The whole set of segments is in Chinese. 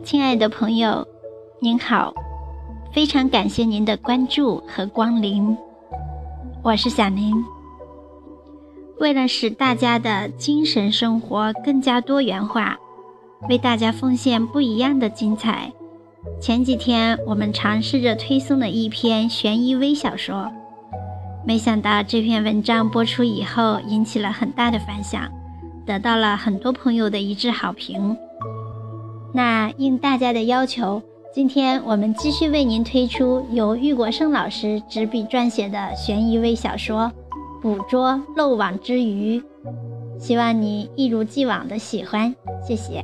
亲爱的朋友，您好，非常感谢您的关注和光临，我是小宁。为了使大家的精神生活更加多元化，为大家奉献不一样的精彩，前几天我们尝试着推送了一篇悬疑微小说，没想到这篇文章播出以后引起了很大的反响，得到了很多朋友的一致好评。那应大家的要求，今天我们继续为您推出由郁国胜老师执笔撰写的悬疑微小说《捕捉漏网之鱼》，希望你一如既往的喜欢，谢谢。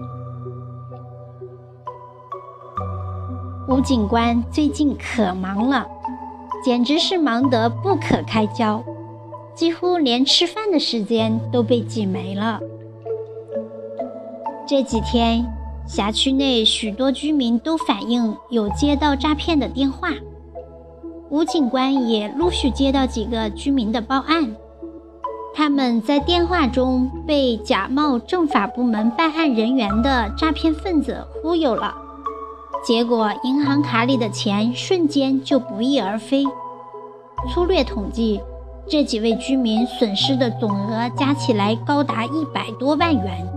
吴警官最近可忙了，简直是忙得不可开交，几乎连吃饭的时间都被挤没了。这几天辖区内许多居民都反映有接到诈骗的电话，吴警官也陆续接到几个居民的报案，他们在电话中被假冒政法部门办案人员的诈骗分子忽悠了，结果银行卡里的钱瞬间就不翼而飞。粗略统计，这几位居民损失的总额加起来高达100多万元。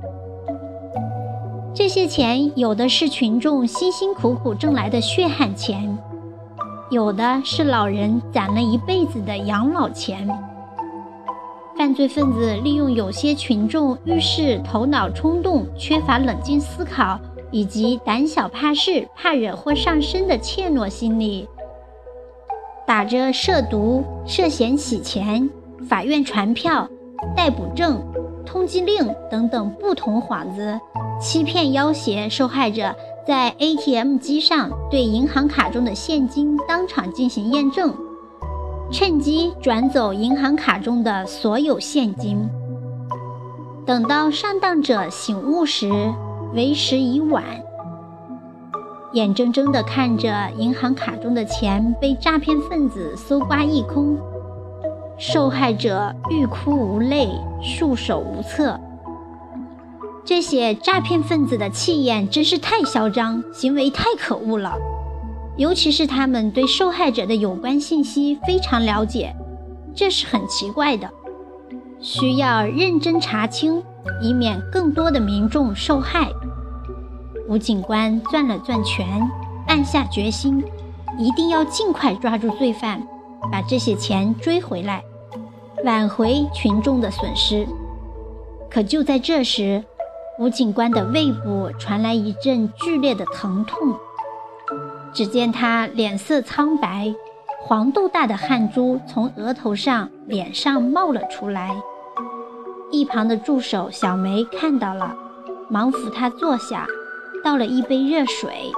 这些钱有的是群众辛辛苦苦挣来的血汗钱，有的是老人攒了一辈子的养老钱。犯罪分子利用有些群众遇事头脑冲动、缺乏冷静思考以及胆小怕事、怕惹祸上身的怯懦心理，打着涉毒、涉嫌洗钱、法院传票、逮捕证、通缉令等等不同幌子，欺骗要挟受害者在 ATM 机上对银行卡中的现金当场进行验证，趁机转走银行卡中的所有现金。等到上当者醒悟时，为时已晚，眼睁睁地看着银行卡中的钱被诈骗分子搜刮一空，受害者欲哭无泪，束手无策。这些诈骗分子的气焰真是太嚣张，行为太可恶了，尤其是他们对受害者的有关信息非常了解，这是很奇怪的，需要认真查清，以免更多的民众受害。吴警官攥了攥拳，暗下决心，一定要尽快抓住罪犯，把这些钱追回来，挽回群众的损失。可就在这时，吴警官的胃部传来一阵剧烈的疼痛，只见他脸色苍白，黄豆大的汗珠从额头上、脸上冒了出来。一旁的助手小梅看到了，忙扶他坐下，倒了一杯热水。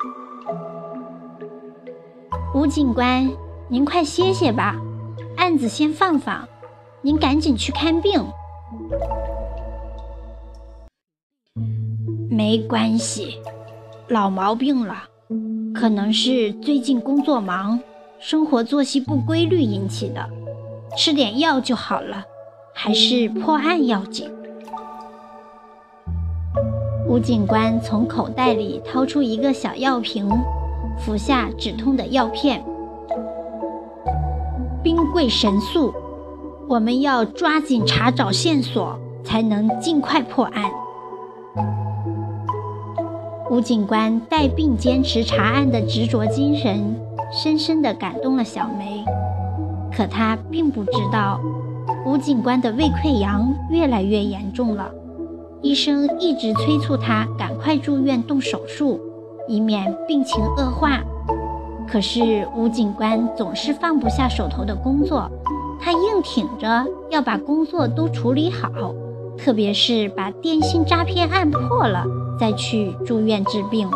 吴警官，您快歇歇吧，案子先放放，您赶紧去看病。没关系，老毛病了，可能是最近工作忙，生活作息不规律引起的，吃点药就好了，还是破案要紧。吴警官从口袋里掏出一个小药瓶，服下止痛的药片。兵贵神速，我们要抓紧查找线索，才能尽快破案。吴警官带病坚持查案的执着精神，深深地感动了小梅。可她并不知道，吴警官的胃溃疡越来越严重了，医生一直催促他赶快住院动手术，以免病情恶化。可是吴警官总是放不下手头的工作，他硬挺着要把工作都处理好，特别是把电信诈骗案破了，再去住院治病。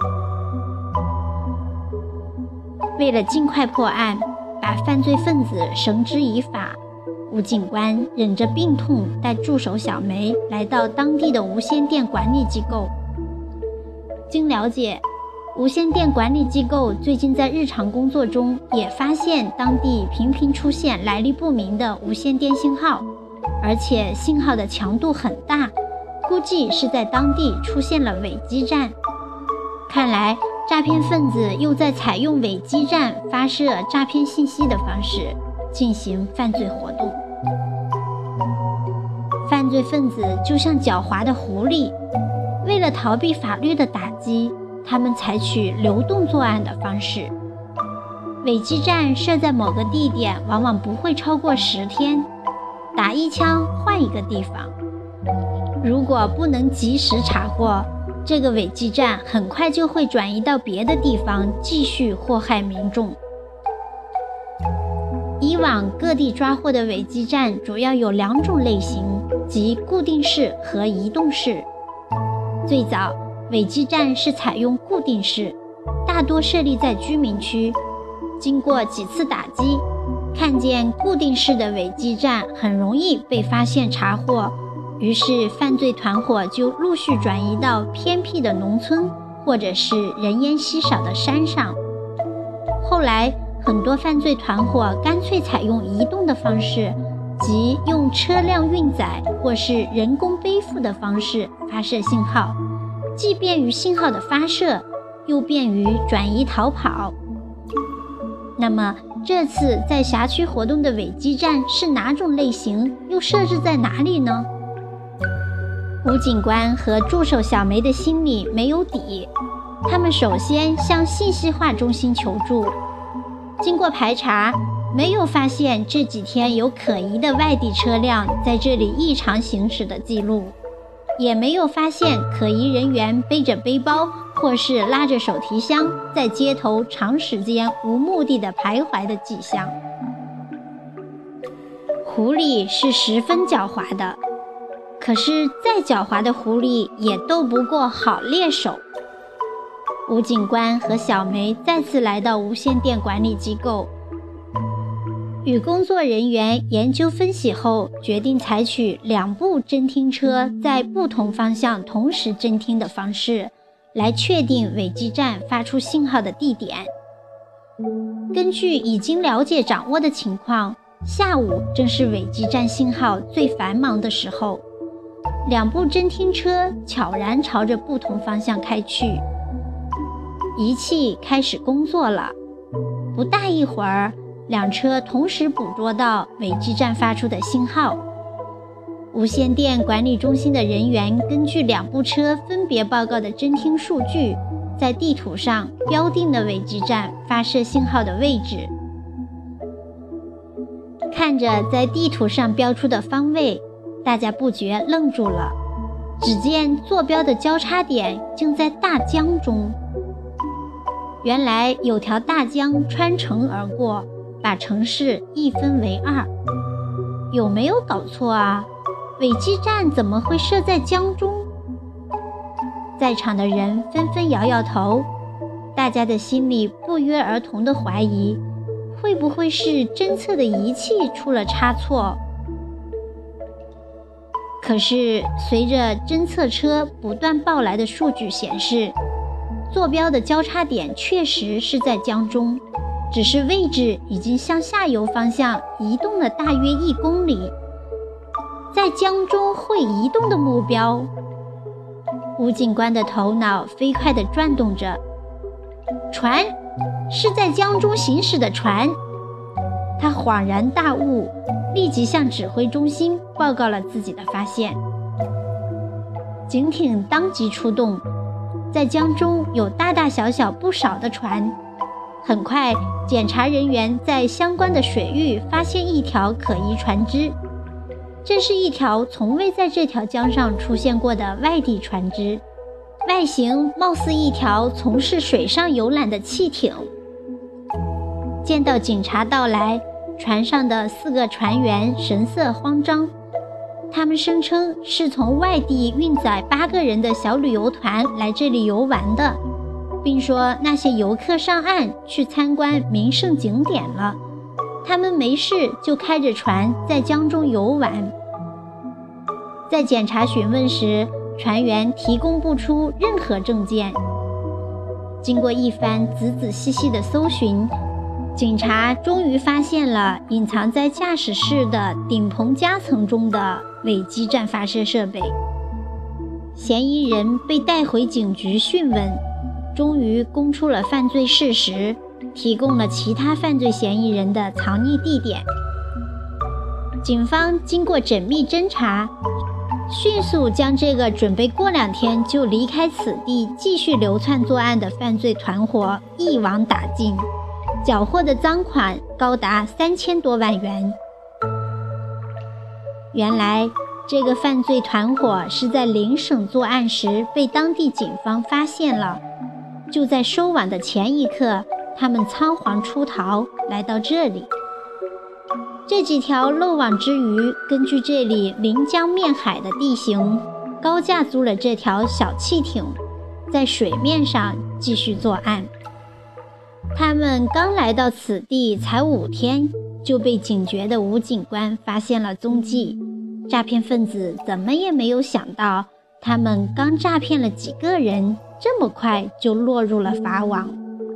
为了尽快破案，把犯罪分子绳之以法，吴警官忍着病痛，带助手小梅来到当地的无线电管理机构。经了解，无线电管理机构最近在日常工作中也发现当地频频出现来历不明的无线电信号，而且信号的强度很大， 估计是在当地出现了伪基站。看来诈骗分子又在采用伪基站发射诈骗信息的方式进行犯罪活动。犯罪分子就像狡猾的狐狸，为了逃避法律的打击，他们采取流动作案的方式。伪基站设在某个地点，往往不会超过10天，打一枪换一个地方。如果不能及时查获，这个伪基站很快就会转移到别的地方，继续祸害民众。以往各地抓获的伪基站主要有2种类型，即固定式和移动式。最早，伪基站是采用固定式，大多设立在居民区。经过几次打击，看见固定式的伪基站很容易被发现查获，于是犯罪团伙就陆续转移到偏僻的农村或者是人烟稀少的山上。后来很多犯罪团伙干脆采用移动的方式，即用车辆运载或是人工背负的方式发射信号，既便于信号的发射，又便于转移逃跑。那么这次在辖区活动的伪基站是哪种类型，又设置在哪里呢？吴警官和助手小梅的心里没有底，他们首先向信息化中心求助。经过排查，没有发现这几天有可疑的外地车辆在这里异常行驶的记录，也没有发现可疑人员背着背包或是拉着手提箱在街头长时间无目的的徘徊的迹象。狐狸是十分狡猾的，可是再狡猾的狐狸也斗不过好猎手。吴警官和小梅再次来到无线电管理机构，与工作人员研究分析后，决定采取2部侦听车在不同方向同时侦听的方式，来确定伪基站发出信号的地点。根据已经了解掌握的情况，下午正是伪基站信号最繁忙的时候，2部侦听车悄然朝着不同方向开去。仪器开始工作了，不大一会儿，2车同时捕捉到伪基站发出的信号。无线电管理中心的人员根据2部车分别报告的侦听数据，在地图上标定了伪基站发射信号的位置。看着在地图上标出的方位，大家不觉愣住了。只见坐标的交叉点竟在大江中。原来有条大江穿城而过，把城市一分为2。有没有搞错啊？伪基站怎么会设在江中？在场的人纷纷摇摇头，大家的心里不约而同地怀疑，会不会是侦测的仪器出了差错？可是随着侦测车不断报来的数据显示，坐标的交叉点确实是在江中，只是位置已经向下游方向移动了大约1公里。在江中会移动的目标，吴警官的头脑飞快地转动着。船，是在江中行驶的船。他恍然大悟，立即向指挥中心报告了自己的发现。警艇当即出动，在江中有大大小小不少的船。很快，检查人员在相关的水域发现一条可疑船只，这是一条从未在这条江上出现过的外地船只，外形貌似一条从事水上游览的汽艇。见到警察到来，船上的4个船员神色慌张，他们声称是从外地运载8个人的小旅游团来这里游玩的，并说那些游客上岸去参观名胜景点了，他们没事就开着船在江中游玩。在检查询问时，船员提供不出任何证件。经过一番仔仔细细的搜寻，警察终于发现了隐藏在驾驶室的顶棚夹层中的伪基站发射设备。 嫌疑人被带回警局讯问，终于供出了犯罪事实，提供了其他犯罪嫌疑人的藏匿地点。警方经过缜密侦查，迅速将这个准备过2天就离开此地继续流窜作案的犯罪团伙一网打尽，缴获的赃款高达3000多万元。原来这个犯罪团伙是在邻省作案时被当地警方发现了，就在收网的前一刻，他们仓皇出逃，来到这里。这几条漏网之鱼根据这里临江面海的地形，高价租了这条小汽艇，在水面上继续作案。他们刚来到此地才5天，就被警觉的吴警官发现了踪迹。诈骗分子怎么也没有想到，他们刚诈骗了几个人，这么快就落入了法网。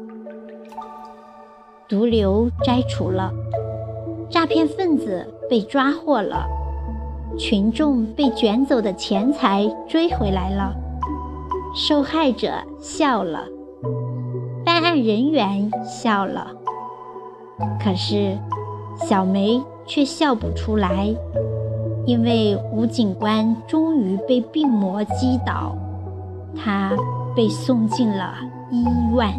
毒瘤摘除了，诈骗分子被抓获了，群众被卷走的钱财追回来了，受害者笑了，办案人员笑了，可是小梅却笑不出来，因为吴警官终于被病魔击倒，他被送进了医院。